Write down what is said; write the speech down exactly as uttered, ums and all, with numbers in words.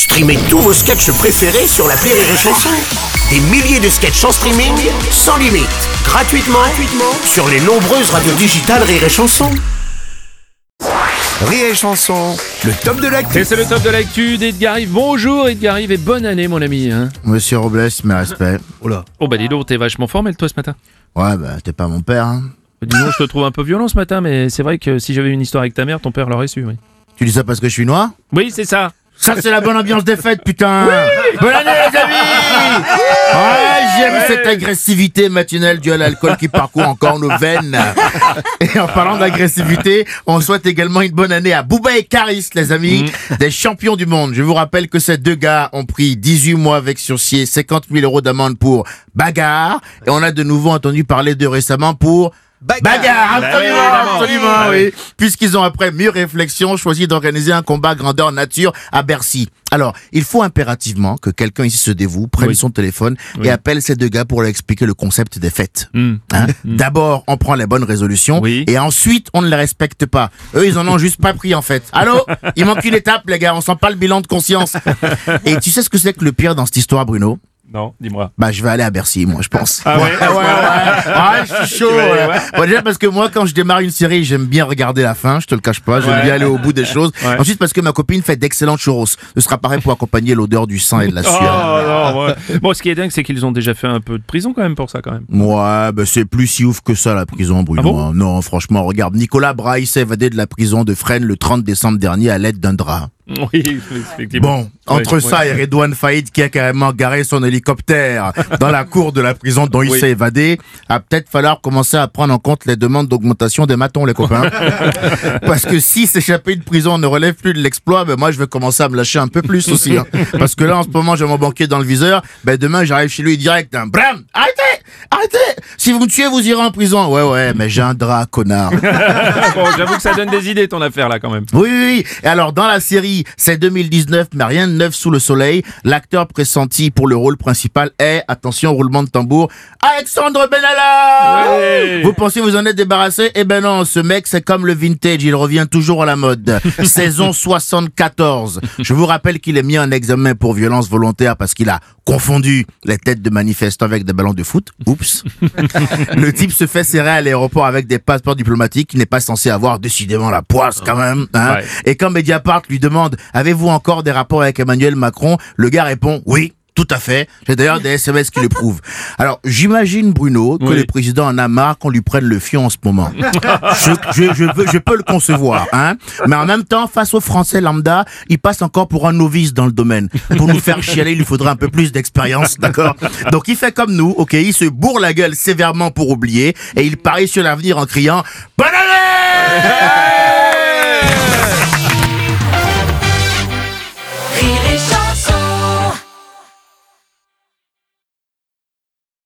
Streamez tous vos sketchs préférés sur l'appli Rire et Chanson. Des milliers de sketchs en streaming, sans limite, gratuitement, gratuitement sur les nombreuses radios digitales Rire et Chanson. Rire et Chanson, le top de l'actu. Et c'est le top de l'actu d'Edgar Rive. Bonjour Edgar Rive et bonne année mon ami. Hein. Monsieur Robles, mes respects. Oh là. Oh bah dis donc, t'es vachement formel toi ce matin. Ouais, bah t'es pas mon père, hein. Dis donc, je te trouve un peu violent ce matin, mais c'est vrai que si j'avais une histoire avec ta mère, ton père l'aurait su, oui. Tu dis ça parce que je suis noir? Oui, c'est ça. Ça, c'est la bonne ambiance des fêtes, putain. Oui. Bonne année, les amis. Ouais, j'aime ouais. cette agressivité matinale due à l'alcool qui parcourt encore nos veines. Et en parlant d'agressivité, on souhaite également une bonne année à Booba et Karis, les amis, mmh. des champions du monde. Je vous rappelle que ces deux gars ont pris dix-huit mois avec sursis, cinquante mille euros d'amende pour bagarre. Et on a de nouveau entendu parler d'eux récemment pour... Bagarre, Bagarre absolument, bah oui, absolument, bah oui. oui. Puisqu'ils ont, après mûre réflexion, choisi d'organiser un combat grandeur nature à Bercy. Alors, il faut impérativement que quelqu'un ici se dévoue, prenne oui. son téléphone oui. et appelle ces deux gars pour leur expliquer le concept des fêtes. Mm. Hein mm. D'abord, on prend les bonnes résolutions oui. et ensuite, on ne les respecte pas. Eux, ils en ont juste pas pris, en fait. Allô? Il manque une étape, les gars. On sent pas le bilan de conscience. Et tu sais ce que c'est que le pire dans cette histoire, Bruno? Non, dis-moi. Bah, je vais aller à Bercy, moi, je pense. Ah ouais, ouais, ouais, ouais. ouais je suis chaud. Ouais. Ouais. Bon, déjà parce que moi, quand je démarre une série, j'aime bien regarder la fin, je te le cache pas, j'aime ouais. bien aller au bout des choses. Ouais. Ensuite, parce que ma copine fait d'excellents churros. Ce sera pareil pour accompagner l'odeur du sang et de la sueur. Oh, non, ouais. Bon, ce qui est dingue, c'est qu'ils ont déjà fait un peu de prison quand même pour ça, quand même. Ouais, bah, c'est plus si ouf que ça, la prison, Bruno. Ah bon non, franchement, regarde, Nicolas Braille s'est évadé de la prison de Fresnes le trente décembre dernier à l'aide d'un drap. Oui, effectivement. Bon, entre oui, ça oui. et Redouane Faïd qui a carrément garé son hélicoptère dans la cour de la prison dont il oui. s'est évadé, a peut-être falloir commencer à prendre en compte les demandes d'augmentation des matons, les copains. Parce que si s'échapper de prison ne relève plus de l'exploit, ben moi je vais commencer à me lâcher un peu plus aussi. Hein. Parce que là, en ce moment, j'ai mon banquier dans le viseur, ben demain j'arrive chez lui direct. Hein. Bram, arrêtez, arrêtez. Si vous me tuez, vous irez en prison. Ouais, ouais, mais j'ai un drap, connard. Bon, j'avoue que ça donne des idées ton affaire là quand même. Oui, oui, oui. Et alors dans la série, c'est deux mille dix-neuf, mais rien de neuf sous le soleil. L'acteur pressenti pour le rôle principal est, attention, roulement de tambour, Alexandre Benalla. Ouais. Vous pensez vous en êtes débarrassé? Eh ben non, ce mec, c'est comme le vintage, il revient toujours à la mode. Saison soixante-quatorze. Je vous rappelle qu'il est mis en examen pour violence volontaire parce qu'il a confondu les têtes de manifestants avec des ballons de foot. Oups. Le type se fait serrer à l'aéroport avec des passeports diplomatiques qu'il n'est pas censé avoir, décidément la poisse quand même. Hein. Ouais. Et quand Mediapart lui demande « Avez-vous encore des rapports avec Emmanuel Macron ?» Le gars répond « Oui. » Tout à fait. J'ai d'ailleurs des S M S qui le prouvent. Alors, j'imagine, Bruno, que oui. le président en a marre qu'on lui prenne le fion en ce moment. je, je, je, veux, je peux le concevoir, hein. Mais en même temps, face aux Français lambda, il passe encore pour un novice dans le domaine. Pour nous faire chialer, il lui faudrait un peu plus d'expérience, d'accord? Donc, il fait comme nous, ok? Il se bourre la gueule sévèrement pour oublier et il parie sur l'avenir en criant « Bonne année !»